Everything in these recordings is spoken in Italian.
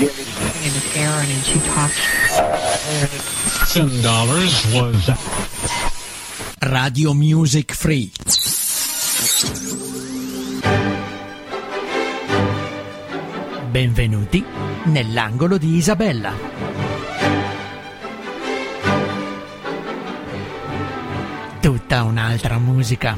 in the air and she talks. $10 was Radio Music Free. Benvenuti nell'angolo di Isabella. Tutta un'altra musica.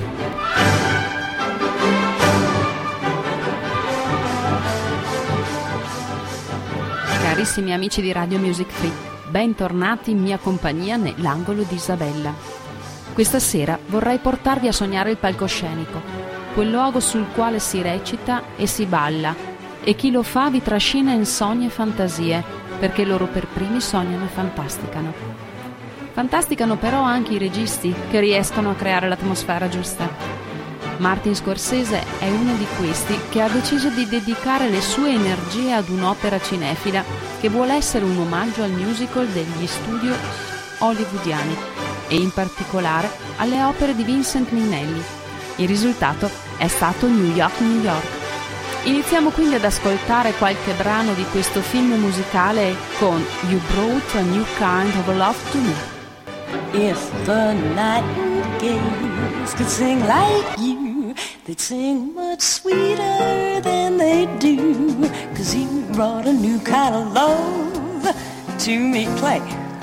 Carissimi amici di Radio Music Free, bentornati in mia compagnia nell'angolo di Isabella. Questa sera vorrei portarvi a sognare il palcoscenico, quel luogo sul quale si recita e si balla, e chi lo fa vi trascina in sogni e fantasie, perché loro per primi sognano e fantasticano. Fantasticano però anche i registi che riescono a creare l'atmosfera giusta. Martin Scorsese è uno di questi che ha deciso di dedicare le sue energie ad un'opera cinefila che vuole essere un omaggio al musical degli studio hollywoodiani e in particolare alle opere di Vincent Minnelli. Il risultato è stato New York, New York. Iniziamo quindi ad ascoltare qualche brano di questo film musicale con You Brought a New Kind of Love to Me. If the nightingales could sing like you, they'd sing much sweeter than they do, 'cause you brought a new kind of love to me. Play.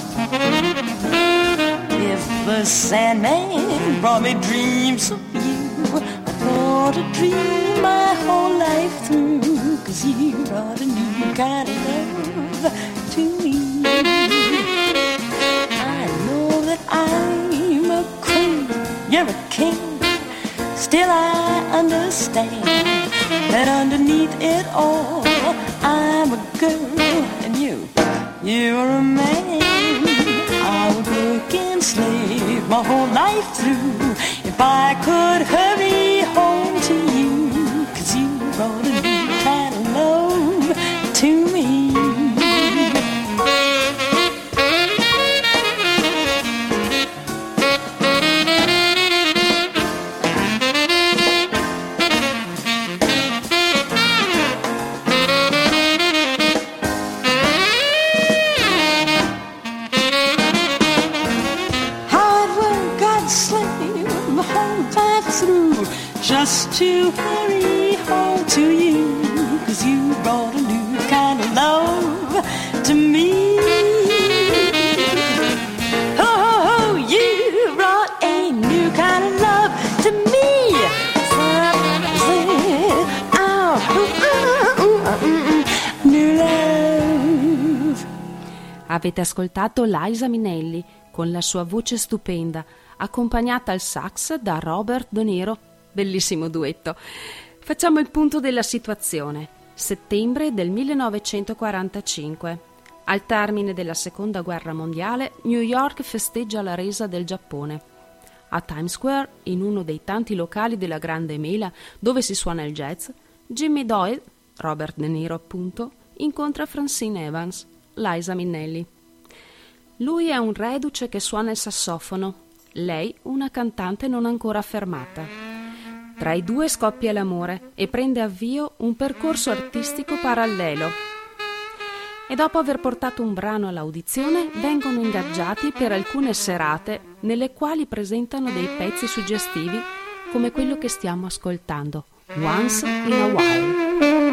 If the Sandman brought me dreams of you, I'd want to dream my whole life through, 'cause you brought a new kind of love to me. I'm a queen, you're a king. Still I understand that underneath it all I'm a girl and you're a man. I would work and slave my whole life through if I could hurry home to you, 'cause you brought a new kind of love to me. Just to hurry home to you, 'cause you brought a new kind of love to me. Oh, you brought a new kind of love to me. New love. Avete ascoltato Liza Minnelli con la sua voce stupenda, accompagnata al sax da Robert De Niro. Bellissimo duetto. Facciamo il punto della situazione. Settembre del 1945. Al termine della Seconda Guerra Mondiale, New York festeggia la resa del Giappone. A Times Square, in uno dei tanti locali della Grande Mela dove si suona il jazz, Jimmy Doyle, Robert De Niro appunto, incontra Francine Evans, Liza Minnelli. Lui è un reduce che suona il sassofono, lei una cantante non ancora affermata. Tra i due scoppia l'amore e prende avvio un percorso artistico parallelo. E dopo aver portato un brano all'audizione, vengono ingaggiati per alcune serate nelle quali presentano dei pezzi suggestivi come quello che stiamo ascoltando, Once in a While.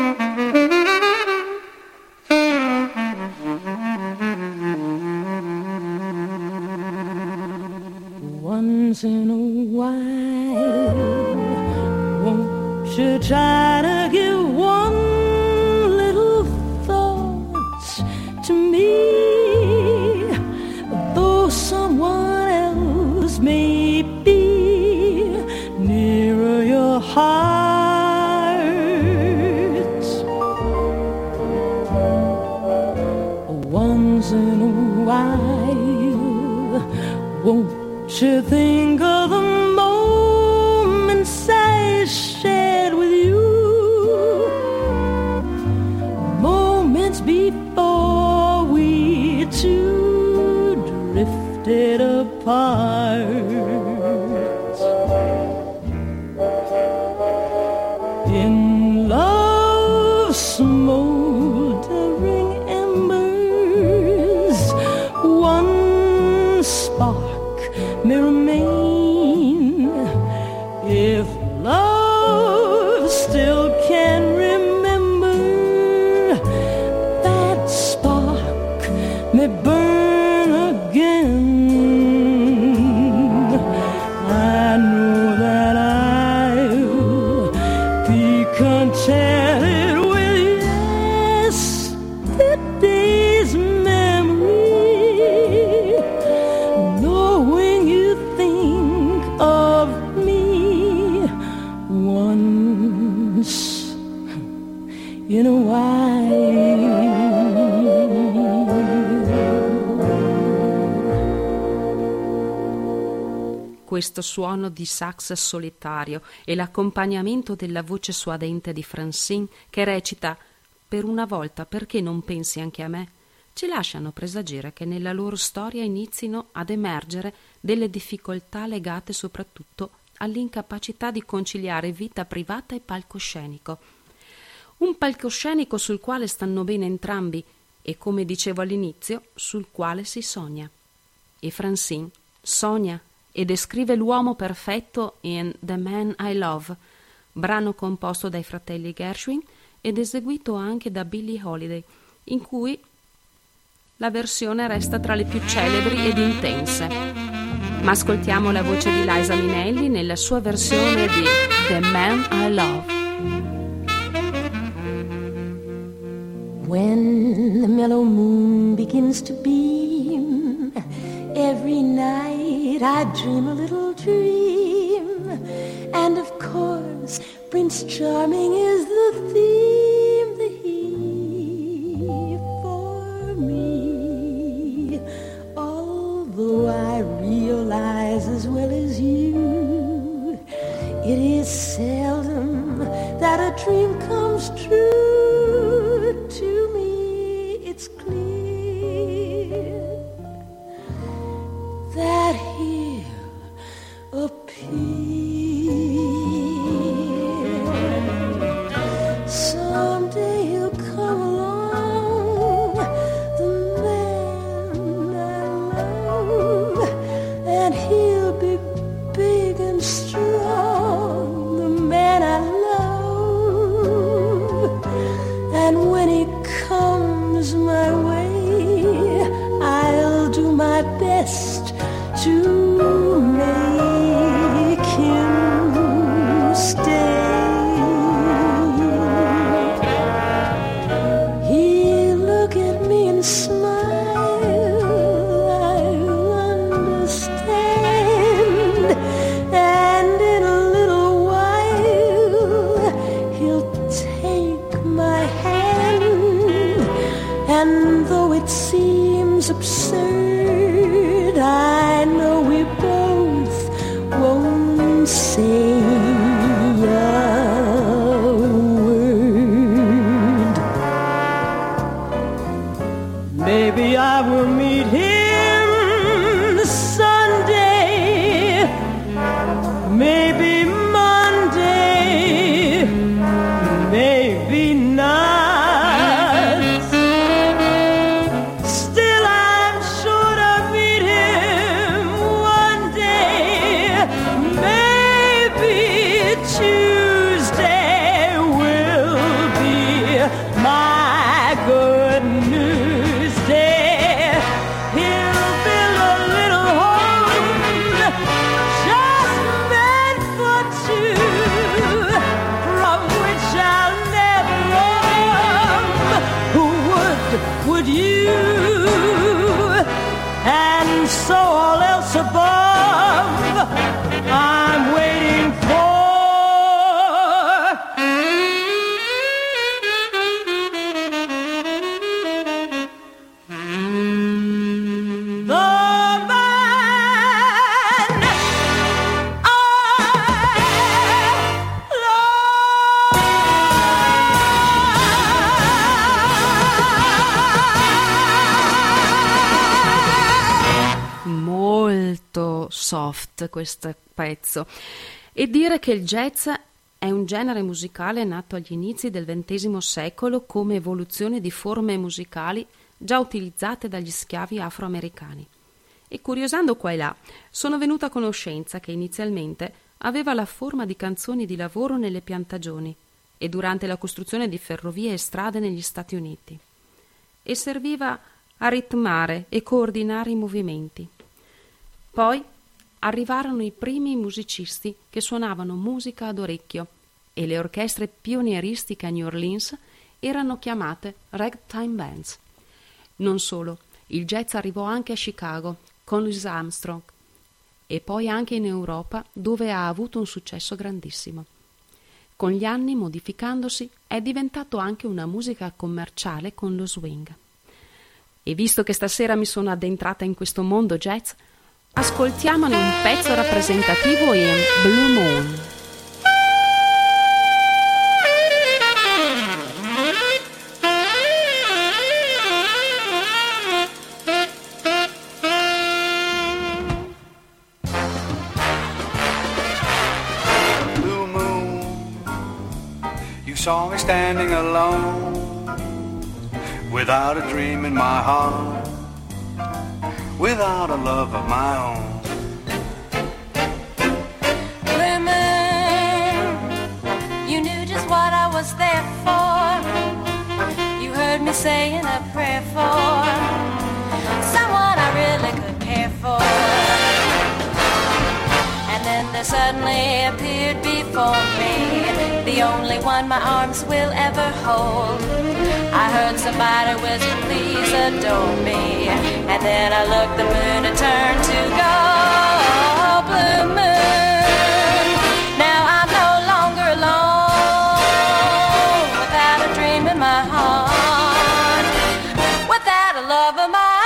Once in a while, won't you try to give one little thought to me? Though someone else may be nearer your heart, once in a while, won't you think of the moments I shared with you, moments before we two drifted apart. In love smoldering once in a while. Questo suono di sax solitario e l'accompagnamento della voce suadente di Francine che recita "Per una volta perché non pensi anche a me?" ci lasciano presagire che nella loro storia inizino ad emergere delle difficoltà legate soprattutto all'incapacità di conciliare vita privata e palcoscenico. Un palcoscenico sul quale stanno bene entrambi e, come dicevo all'inizio, sul quale si sogna. E Francine sogna e descrive l'uomo perfetto in The Man I Love, brano composto dai fratelli Gershwin ed eseguito anche da Billie Holiday, in cui la versione resta tra le più celebri ed intense. Ma ascoltiamo la voce di Liza Minnelli nella sua versione di The Man I Love. When the mellow moon begins to beam, every night I dream a little dream, and of course Prince Charming is the theme, the he for me. Although I realize as well as you, it is seldom that a dream comes true. To me it's clear that he'll appear. Someday he'll come along, the man I love, and he'll be big and strong, the man I love. And when he comes my way, I'll do my best to make him stay. He'll look at me and smile, I'll understand, and in a little while he'll take my hand. And though it seems absurd, I know we both won't say a word. Maybe I will meet him Sunday, maybe Monday, maybe not. So all else above, I'm waiting for the man I Molto soft questo pezzo, e dire che il jazz è un genere musicale nato agli inizi del XX secolo come evoluzione di forme musicali già utilizzate dagli schiavi afroamericani. E curiosando qua e là sono venuta a conoscenza che inizialmente aveva la forma di canzoni di lavoro nelle piantagioni e durante la costruzione di ferrovie e strade negli Stati Uniti, e serviva a ritmare e coordinare i movimenti. Poi arrivarono i primi musicisti che suonavano musica ad orecchio e le orchestre pionieristiche a New Orleans erano chiamate ragtime bands. Non solo, il jazz arrivò anche a Chicago con Louis Armstrong e poi anche in Europa, dove ha avuto un successo grandissimo. Con gli anni, modificandosi, è diventato anche una musica commerciale con lo swing. E visto che stasera mi sono addentrata in questo mondo jazz, ascoltiamone un pezzo rappresentativo in Blue Moon. Saw me standing alone, without a dream in my heart, without a love of my own. Women, you knew just what I was there for. You heard me saying a prayer for someone I really could care for. And then there suddenly appeared before me the only one my arms will ever hold. I heard somebody whisper, please adore me. And then I looked, the moon had turned to gold. Blue moon, now I'm no longer alone, without a dream in my heart, without a love of my own.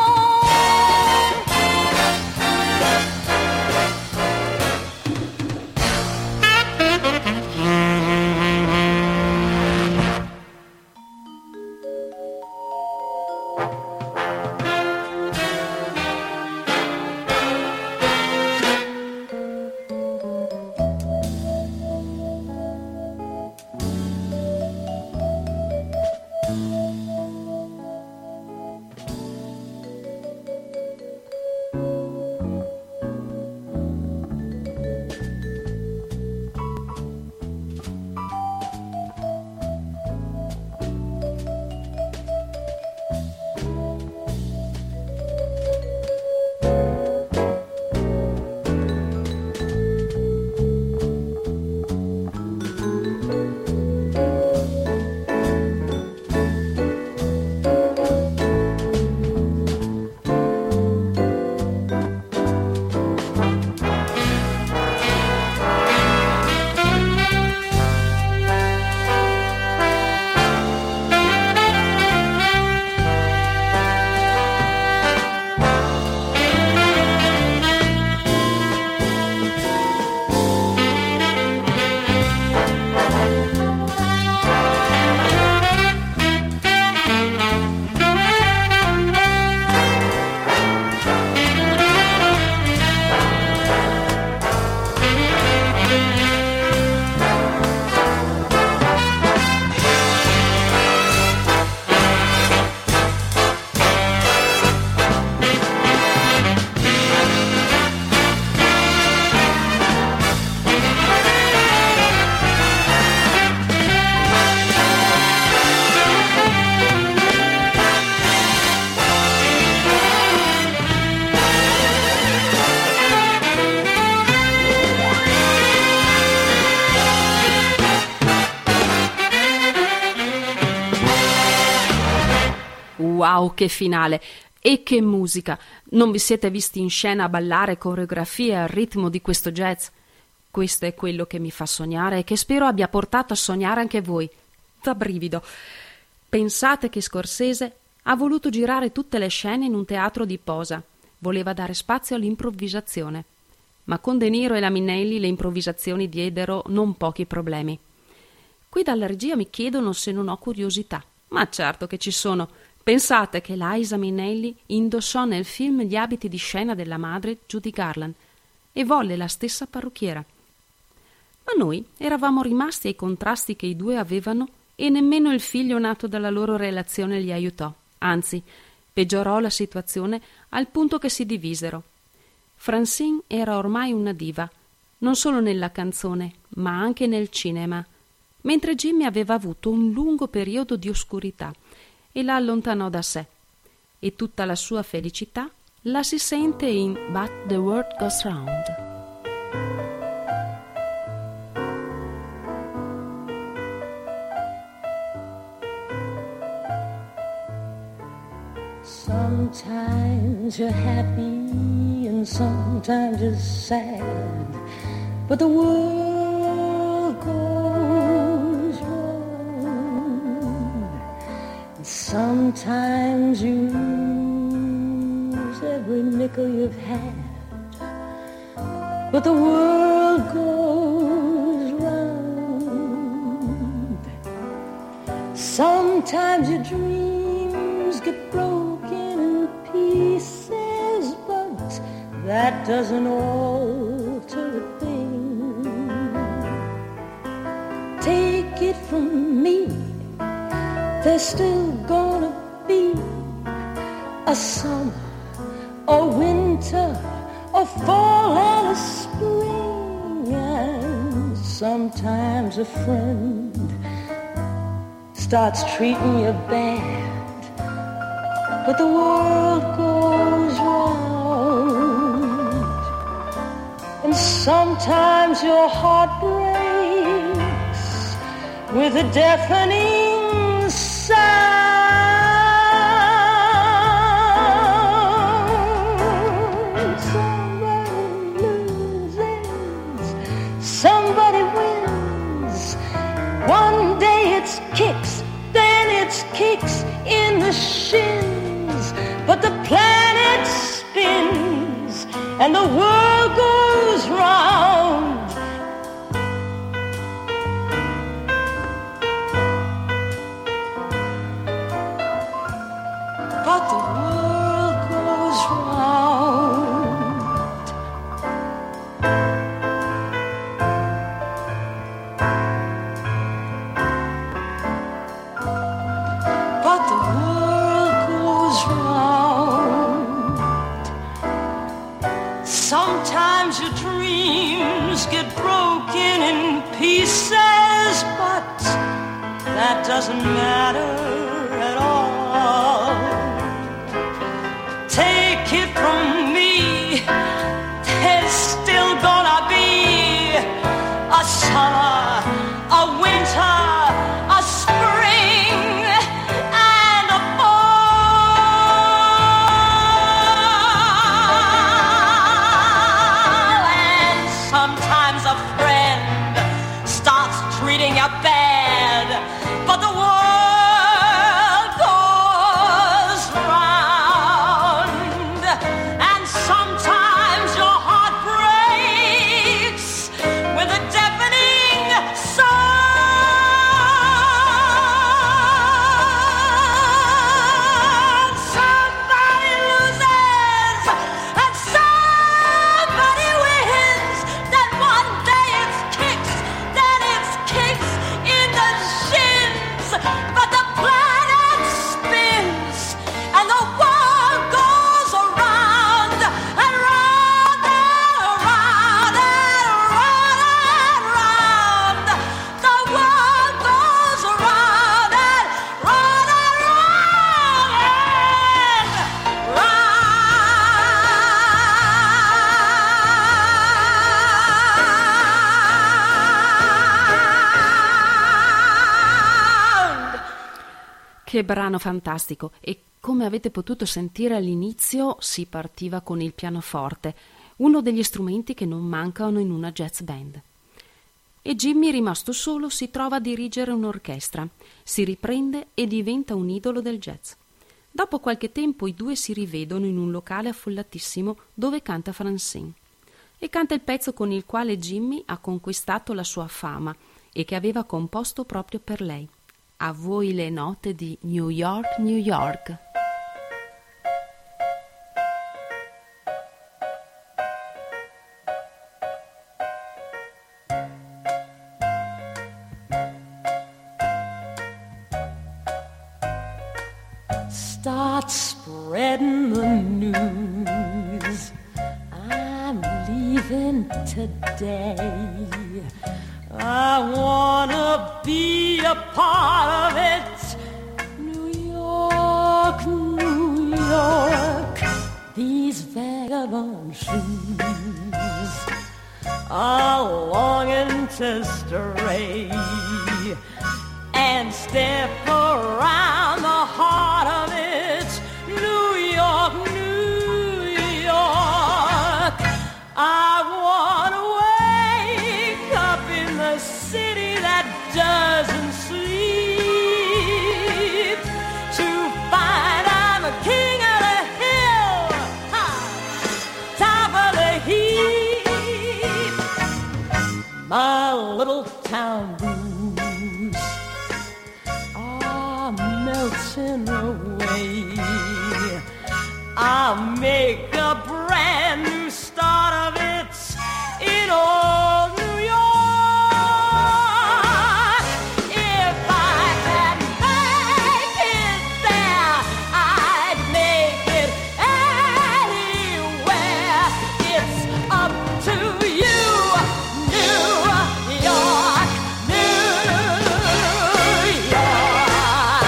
Wow, che finale! E che musica! Non vi siete visti in scena a ballare coreografie al ritmo di questo jazz? Questo è quello che mi fa sognare e che spero abbia portato a sognare anche voi. Da brivido. Pensate che Scorsese ha voluto girare tutte le scene in un teatro di posa. Voleva dare spazio all'improvvisazione. Ma con De Niro e la Minnelli le improvvisazioni diedero non pochi problemi. Qui dalla regia mi chiedono se non ho curiosità. Ma certo che ci sono. Pensate che Liza Minnelli indossò nel film gli abiti di scena della madre Judy Garland e volle la stessa parrucchiera. Ma noi eravamo rimasti ai contrasti che i due avevano e nemmeno il figlio nato dalla loro relazione li aiutò. Anzi, peggiorò la situazione al punto che si divisero. Francine era ormai una diva, non solo nella canzone, ma anche nel cinema, mentre Jimmy aveva avuto un lungo periodo di oscurità e la allontanò da sé. E tutta la sua felicità la si sente in But the World Goes Round. Sometimes you're happy and sometimes you're sad, but the world goes Sometimes you lose every nickel you've had, but the world goes round. Sometimes your dreams get broken in pieces, but that doesn't alter a thing. Take it from me, there's still gonna be a summer, a winter, a fall and a spring. And sometimes a friend starts treating you bad, but the world goes round. And sometimes your heart breaks with a deafening sound. Somebody loses, somebody wins. One day it's kicks, then it's kicks in the shins. But the planet spins and the world goes round. But the world goes round. But the world goes round. Sometimes your dreams get broken in pieces, but that doesn't matter at all. Take it from me, there's still gonna be a summer, a winter, a spring, and a fall. And sometimes a friend starts treating you bad, but the world goes round. And sometimes your heart breaks with a deafening sound. Somebody loses and somebody wins. Then one day it's kicks, then it's kicks in the shins. But the planet spins and the world goes around and round and around and round and round. The world goes around and round and round. Che brano fantastico! E come avete potuto sentire all'inizio, si partiva con il pianoforte, uno degli strumenti che non mancano in una jazz band. E Jimmy, rimasto solo, si trova a dirigere un'orchestra, si riprende e diventa un idolo del jazz. Dopo qualche tempo i due si rivedono in un locale affollatissimo dove canta Francine. E canta il pezzo con il quale Jimmy ha conquistato la sua fama e che aveva composto proprio per lei. A voi le note di New York, New York. Start spreading the news. I'm leaving today. I wanna be a part of it. New York, New York. These vagabond shoes are longing to stray and step around the heart of it. New York, New York. I wanna wake up in the city that doesn't sleep, to find passing away. I'll make a brand new start of it in old New York. If I can make it there, I'd make it anywhere. It's up to you, New York, New York.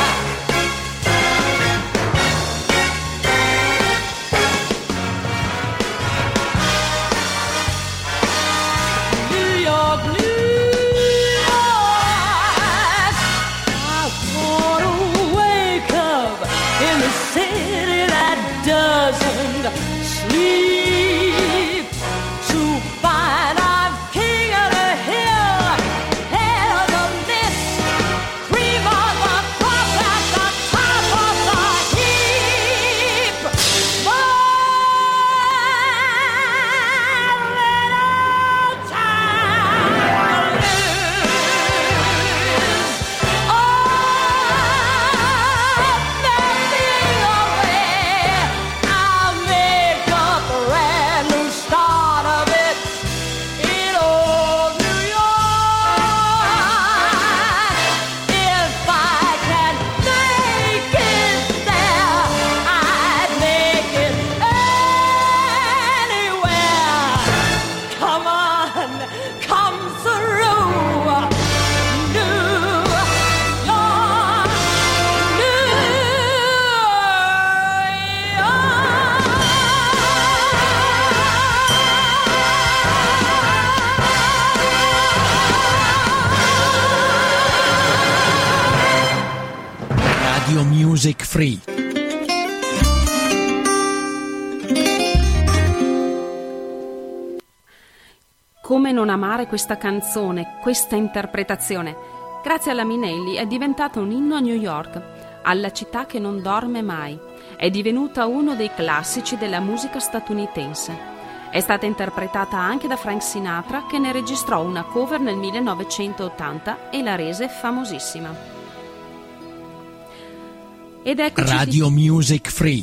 New York, New York. I wanna wake up in the city that doesn't sleep, to find I'm king of the hill, head of the list, cream of the crop at the top of the heap. But little time to lose. Oh, melting away. I'll make a brand new start of it in old New York. If I can make it there, I'd make it anywhere. Come on, come through, New York, New Radio Music Free. Come non amare questa canzone, questa interpretazione? Grazie alla Minelli è diventata un inno a New York, alla città che non dorme mai. È divenuta uno dei classici della musica statunitense. È stata interpretata anche da Frank Sinatra, che ne registrò una cover nel 1980 e la rese famosissima. Ed eccoci Radio Music Free.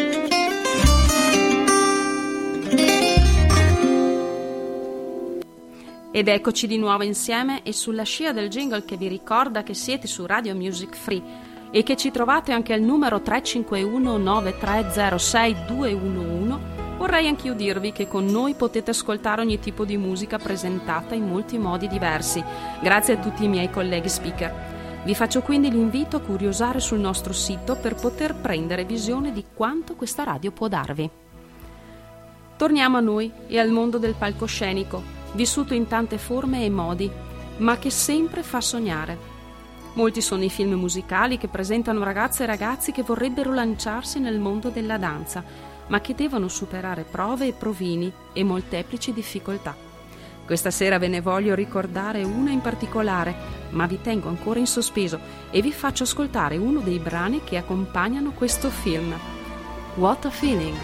Ed eccoci di nuovo insieme e sulla scia del jingle che vi ricorda che siete su Radio Music Free e che ci trovate anche al numero 351 9306 211, vorrei anch'io dirvi che con noi potete ascoltare ogni tipo di musica presentata in molti modi diversi, grazie a tutti i miei colleghi speaker. Vi faccio quindi l'invito a curiosare sul nostro sito per poter prendere visione di quanto questa radio può darvi. Torniamo a noi e al mondo del palcoscenico, vissuto in tante forme e modi, ma che sempre fa sognare. Molti sono i film musicali che presentano ragazze e ragazzi che vorrebbero lanciarsi nel mondo della danza, ma che devono superare prove e provini e molteplici difficoltà. Questa sera ve ne voglio ricordare una in particolare, ma vi tengo ancora in sospeso e vi faccio ascoltare uno dei brani che accompagnano questo film. What a Feeling!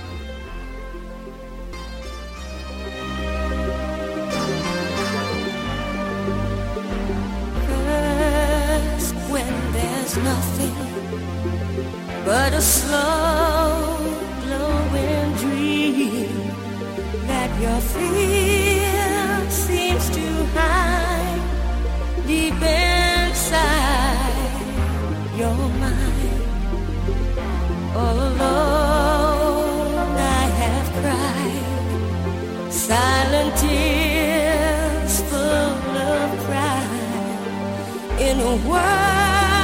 Nothing but a slow glowing dream that your fear seems to hide deep inside your mind. All alone I have cried silent tears full of pride in a world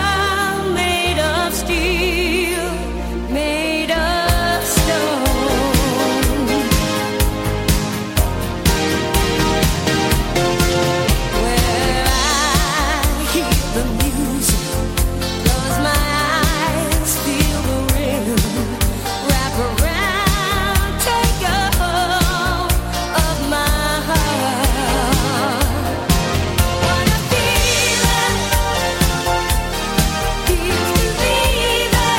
steel, made of stone. Where I hear the music, close my eyes, feel the rhythm, wrap around, take a hold of my heart. What a feeling, feels to be there.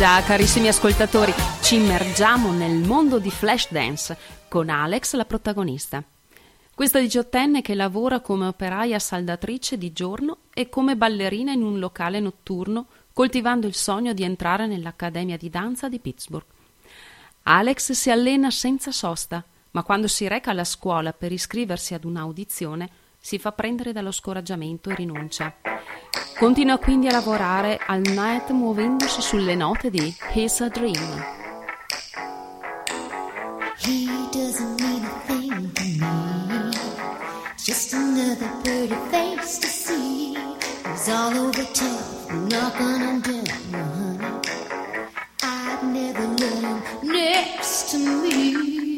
già, carissimi ascoltatori, ci immergiamo nel mondo di Flashdance con Alex, la protagonista. Questa diciottenne che lavora come operaia saldatrice di giorno e come ballerina in un locale notturno, coltivando il sogno di entrare nell'Accademia di danza di Pittsburgh. Alex si allena senza sosta, ma quando si reca alla scuola per iscriversi ad un'audizione si fa prendere dallo scoraggiamento e rinuncia. Continua quindi a lavorare al night muovendosi sulle note di He's a Dream. He doesn't mean a thing to me, just another pretty face to see. He's all over town, knocking on down, honey. I'd never let him next to me.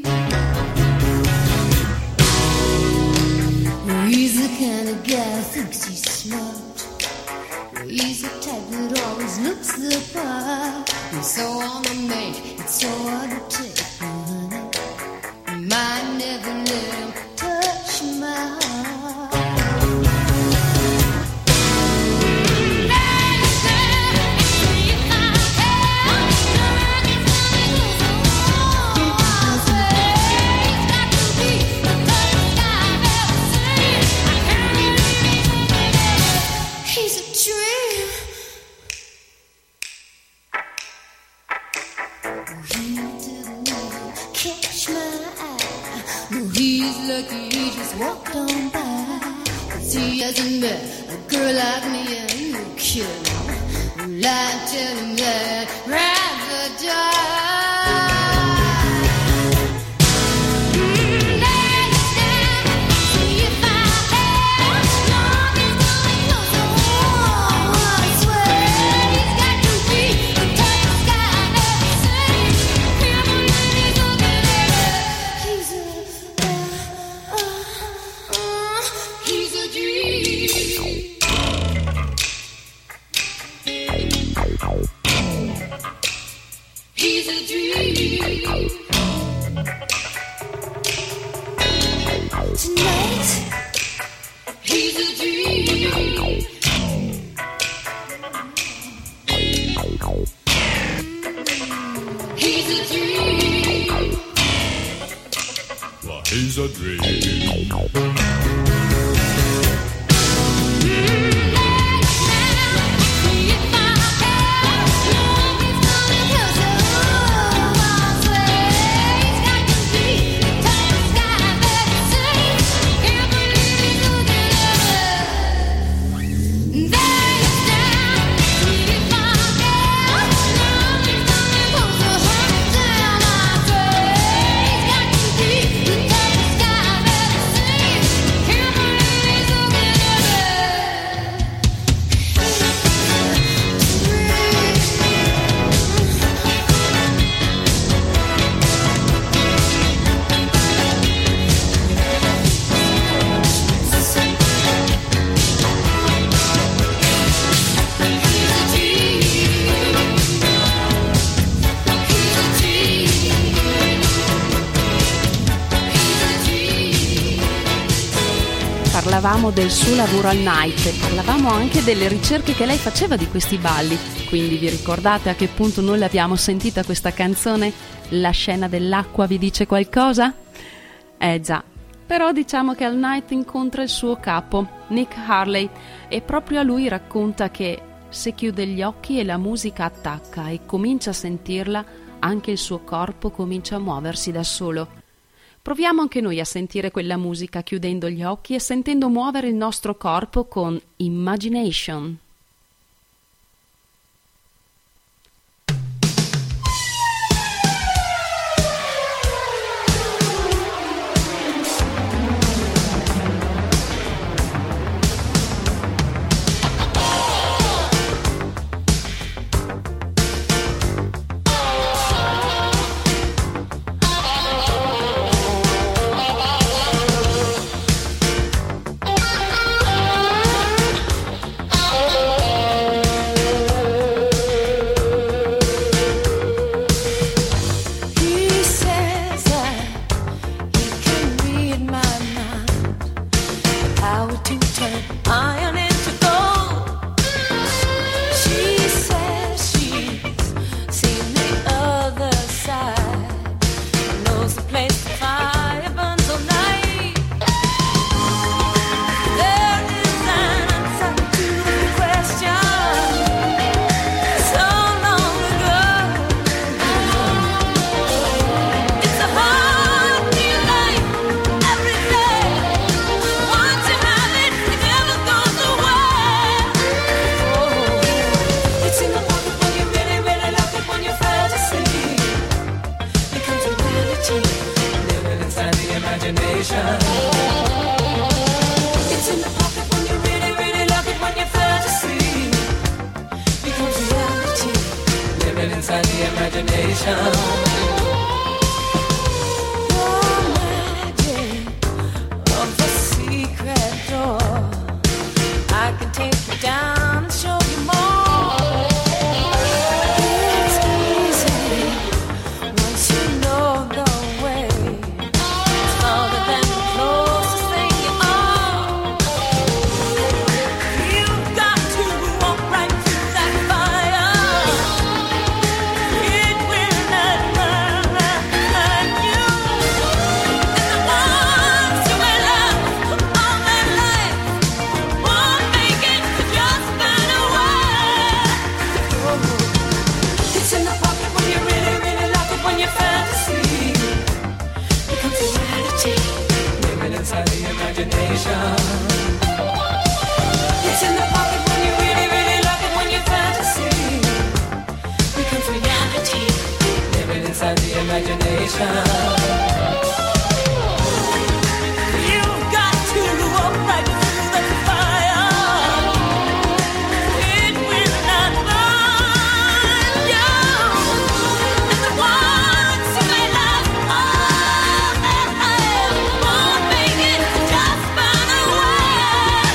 He's the kind of guy who thinks he's smart. He's the type that always looks the part. He's so on the make, it's so hard to take, honey. Might never let him touch my heart. He's lucky he just walked on by, 'cause he hasn't met a girl like me and you kill him. Lie, tell him that I'd rather die. He's a dream. Tonight, he's a dream. He's a dream. Well, he's a dream. Parlavamo del suo lavoro al night e parlavamo anche delle ricerche che lei faceva di questi balli. Quindi vi ricordate a che punto noi l'abbiamo sentita questa canzone? La scena dell'acqua vi dice qualcosa? Già, però diciamo che al night incontra il suo capo, Nick Harley, e proprio a lui racconta che se chiude gli occhi e la musica attacca e comincia a sentirla, anche il suo corpo comincia a muoversi da solo. Proviamo anche noi a sentire quella musica chiudendo gli occhi e sentendo muovere il nostro corpo con Imagination. imagination. Of the secret door, I can take you down and show you more. It's easy once you know the way. It's farther than the closest thing you are. You've got to walk right through that fire. It will not burn you. And the ones you will love all their life won't make it, just burn away. It's in the pocket when you really, really like it, when your fantasy becomes reality, living inside the imagination. It's in the pocket when you really, really like it, when your fantasy becomes reality, living inside the imagination. You've got to walk right through the fire. It will not burn you. And the ones you may love all their life won't make it, just burn away.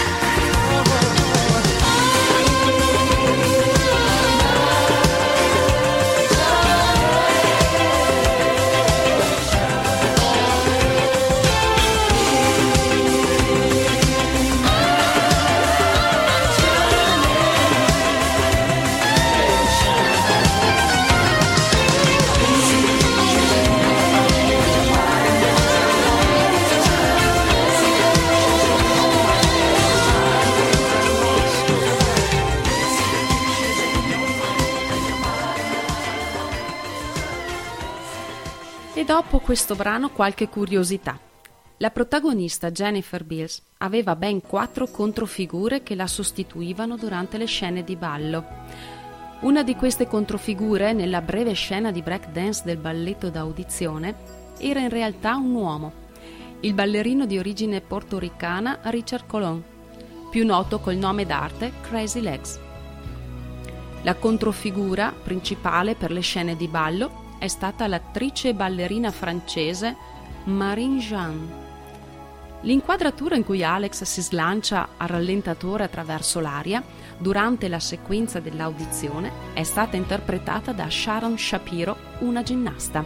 E dopo questo brano qualche curiosità. La protagonista Jennifer Beals aveva ben 4 controfigure che la sostituivano durante le scene di ballo. Una di queste controfigure, nella breve scena di breakdance del balletto da audizione, era in realtà un uomo, il ballerino di origine portoricana Richard Colon, più noto col nome d'arte Crazy Legs. La controfigura principale per le scene di ballo è stata l'attrice e ballerina francese Marine Jean. L'inquadratura in cui Alex si slancia a rallentatore attraverso l'aria durante la sequenza dell'audizione è stata interpretata da Sharon Shapiro, una ginnasta.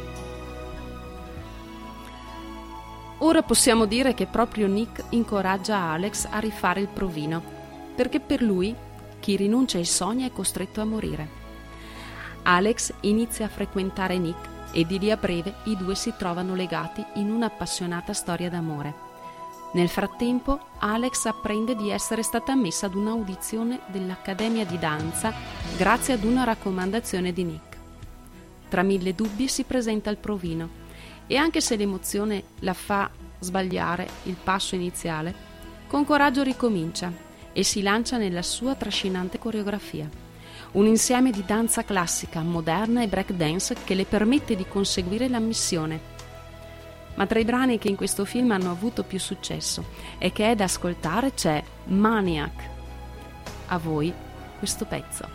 Ora possiamo dire che proprio Nick incoraggia Alex a rifare il provino, perché per lui chi rinuncia ai sogni è costretto a morire. Alex inizia a frequentare Nick e di lì a breve i due si trovano legati in un'appassionata storia d'amore. Nel frattempo Alex apprende di essere stata ammessa ad un'audizione dell'Accademia di Danza grazie ad una raccomandazione di Nick. Tra mille dubbi si presenta al provino e anche se l'emozione la fa sbagliare il passo iniziale, con coraggio ricomincia e si lancia nella sua trascinante coreografia. Un insieme di danza classica, moderna e breakdance che le permette di conseguire la missione. Ma tra i brani che in questo film hanno avuto più successo e che è da ascoltare c'è Maniac. A voi questo pezzo.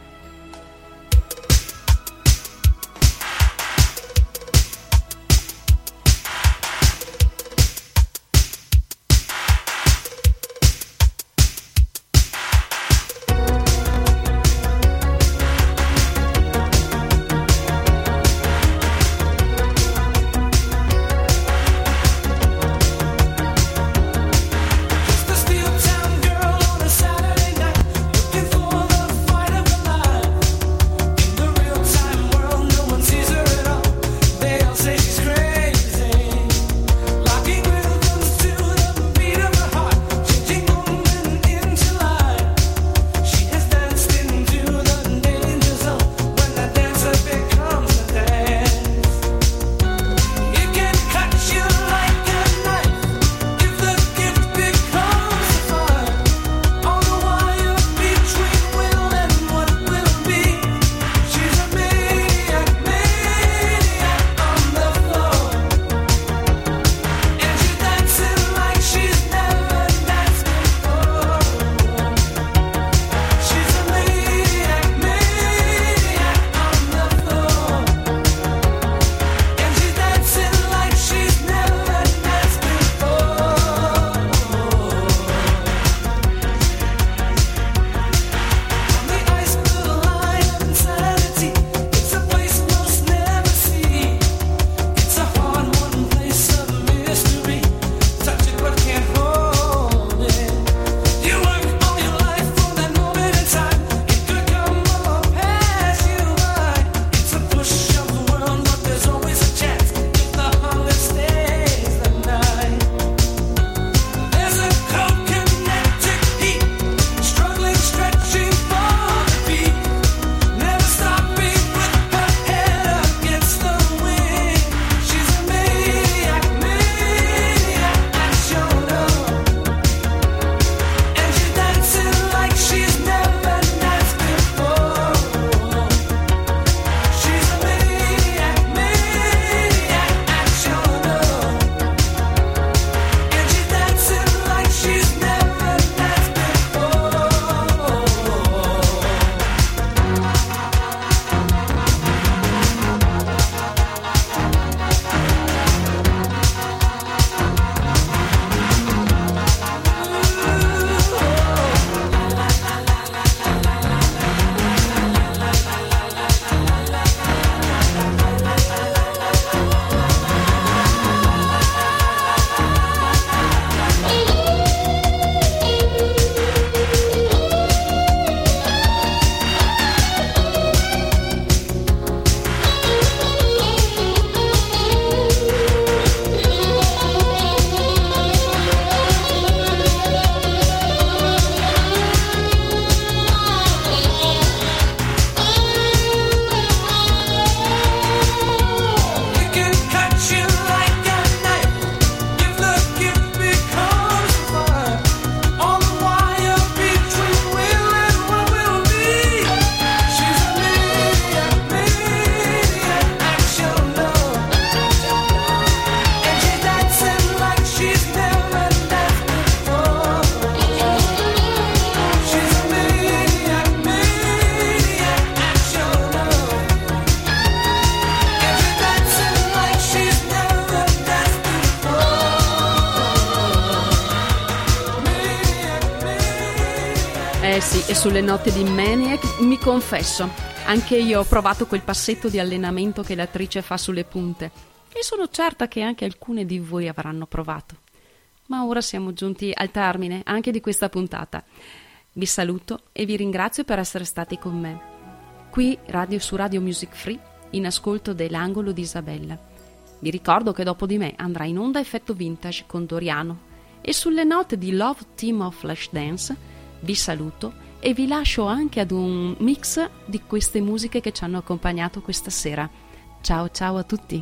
Just a steel town girl on a Saturday night, looking for the fight of her life. Sì, e sulle note di Maniac mi confesso, anche io ho provato quel passetto di allenamento che l'attrice fa sulle punte e sono certa che anche alcune di voi avranno provato. Ma ora siamo giunti al termine anche di questa puntata. Vi saluto e vi ringrazio per essere stati con me. Qui su Radio Music Free, in ascolto dell'angolo di Isabella. Vi ricordo che dopo di me andrà in onda Effetto Vintage con Doriano e sulle note di Love Team of Flashdance vi saluto e vi lascio anche ad un mix di queste musiche che ci hanno accompagnato questa sera. Ciao ciao a tutti!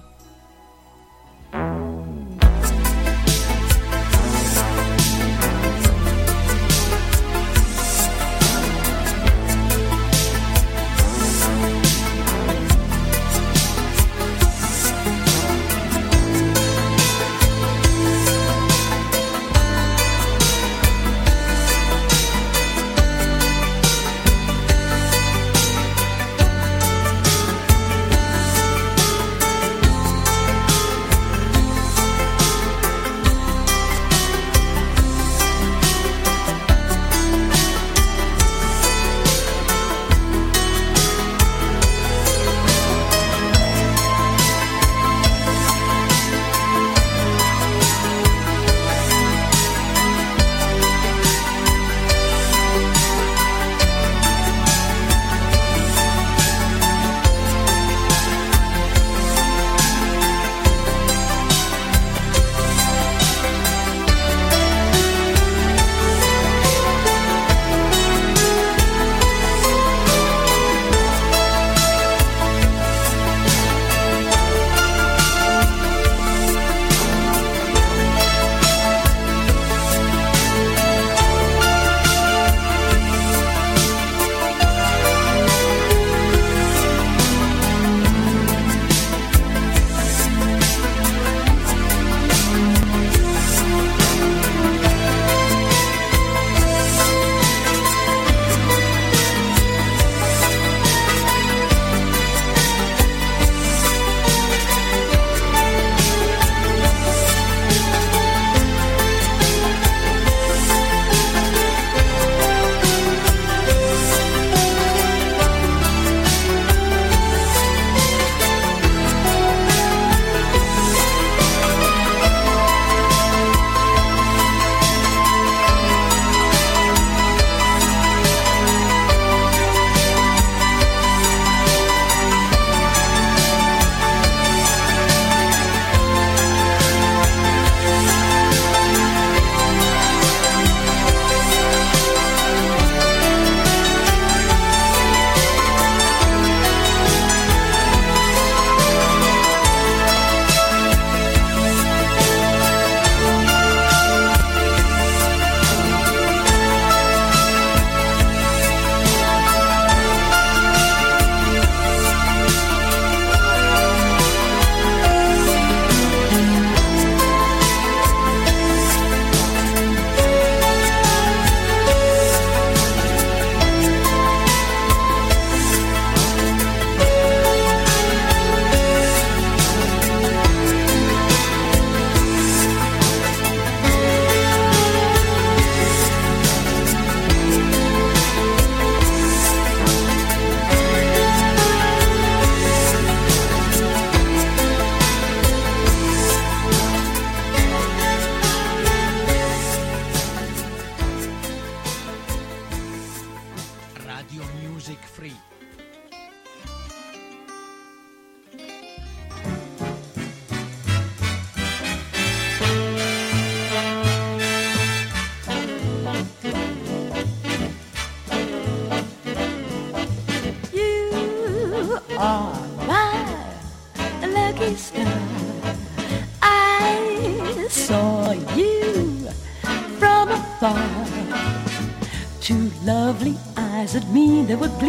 Two lovely eyes at me that were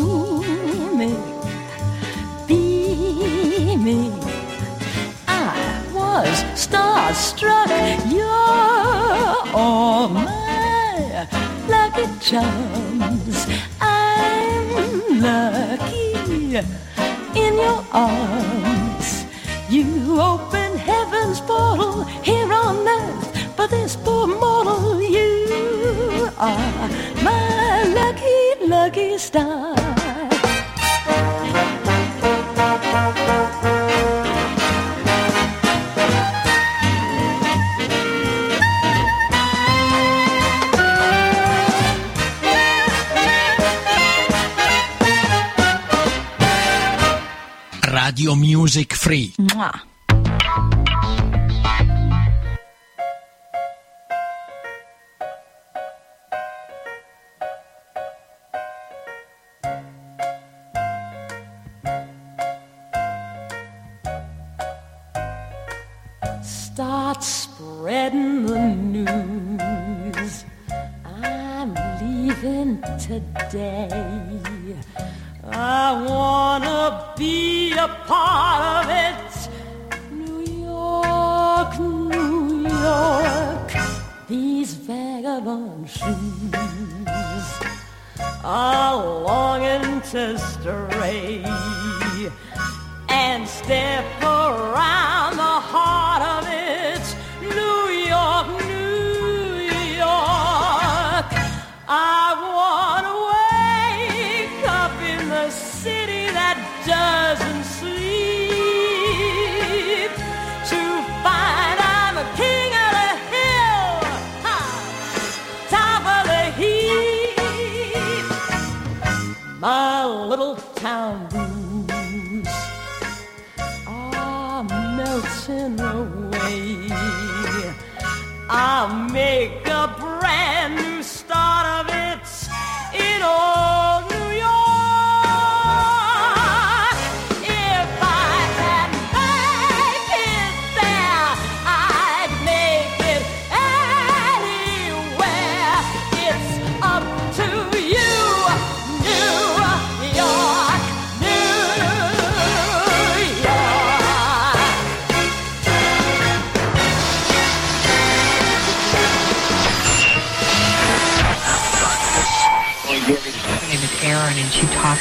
gleaming, beaming. I was starstruck. You're all my lucky charms. I'm lucky in your arms. You open heaven's portal here on earth for this poor mortal. You are my lucky, lucky star. Radio Music Free. Mwah. Start spreading the news. I'm leaving today. I wanna be a part of it. New York, New York, these vagabond shoes are longing to stray and step around the heart of it. New York, New York, I wanna wake up in the city that doesn't sleep, to find I'm a king of the hill, top of the heap. My little town blues are melting away. I'll make a brand new start of it in old New York. If I can make it there, I'd make it anywhere. It's up to you, New York, New York. My name is Erin, and she talks.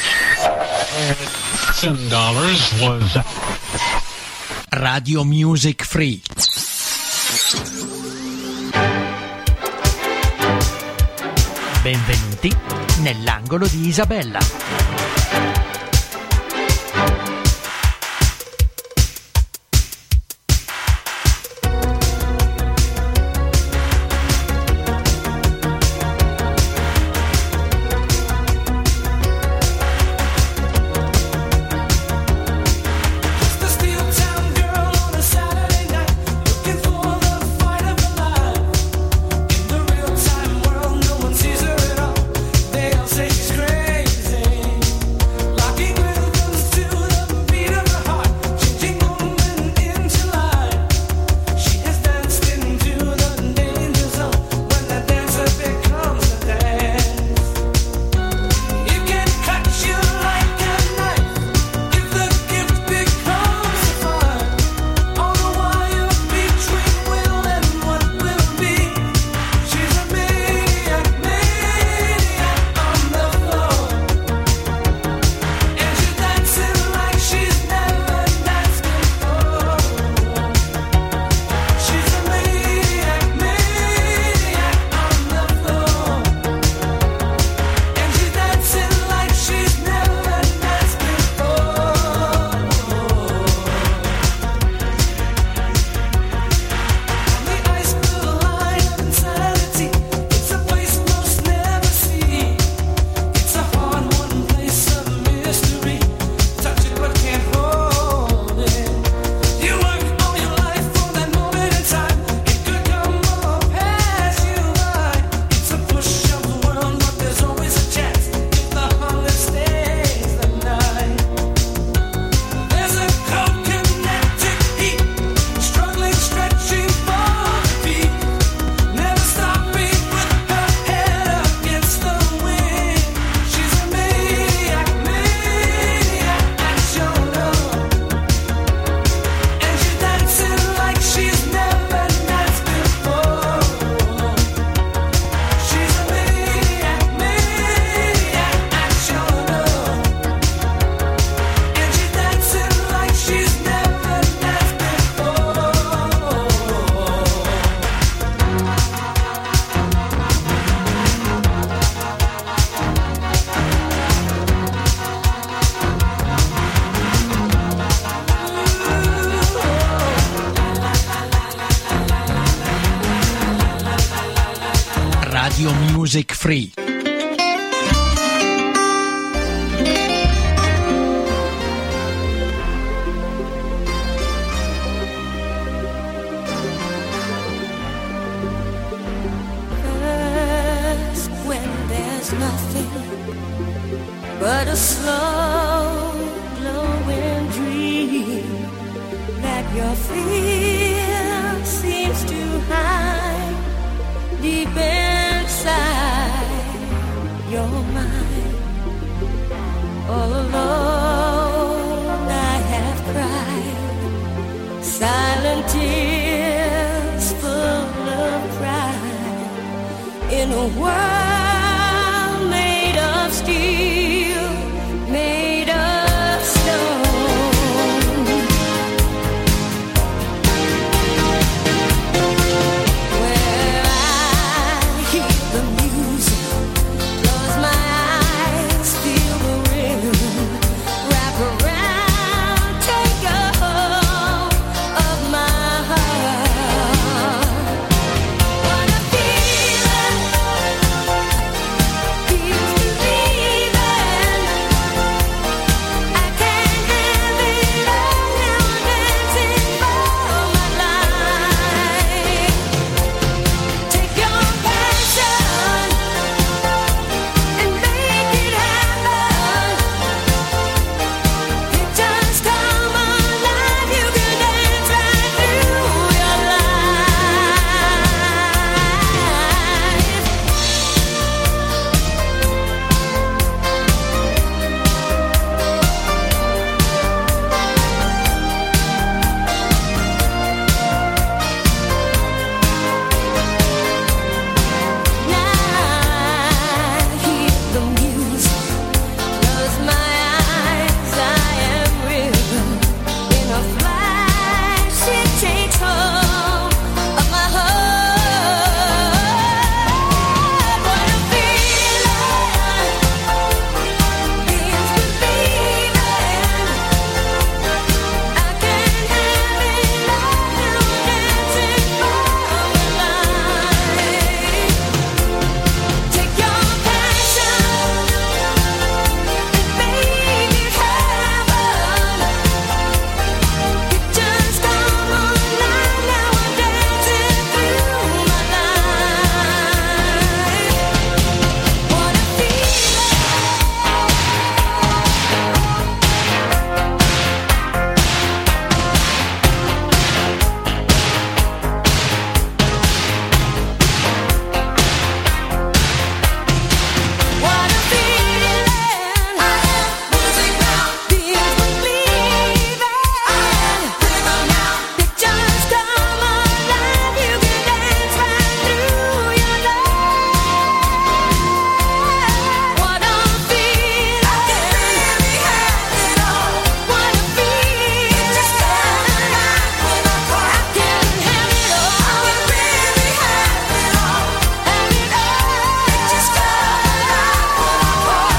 $10 was Radio Music Free. Benvenuti nell'angolo di Isabella. Say she's crazy, Music Free. But a slow glowing dream that your fear seems to hide deep inside your mind. All alone I have cried silent tears full of pride in a world made of steel, made of stone. Where I hear the music, close my eyes, feel the rhythm, wrap around, take a hold of my heart. What a feeling, feels believing. I can't have it all now, I'm dancing for my life. Take your passion and make it happen. It just come alive, you can dance right through your life. Now I hear the music, close my eyes, I am rhythm. In a flash, it takes hold of my heart. What a feeling, feels believing. I can't have it all now, I'm dancing for my life. Take your passion and make it happen. It just come alive, now I'm dancing through my life. What a What a feeling! I am music now. Feels believing. I am rhythm now. It just come alive. You can dance right through your life. What a feeling! I can really have it all. What a feeling! Just come alive when I call. I can have it all. I can really have it all. Have it all. It just come alive when I call.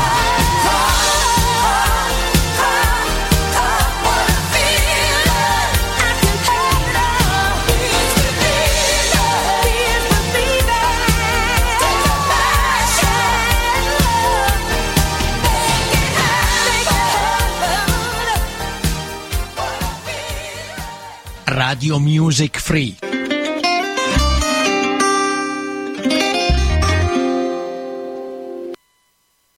What a feeling! I can have it all. Feels believing. Take a passion, make it happen. Radio Music Free.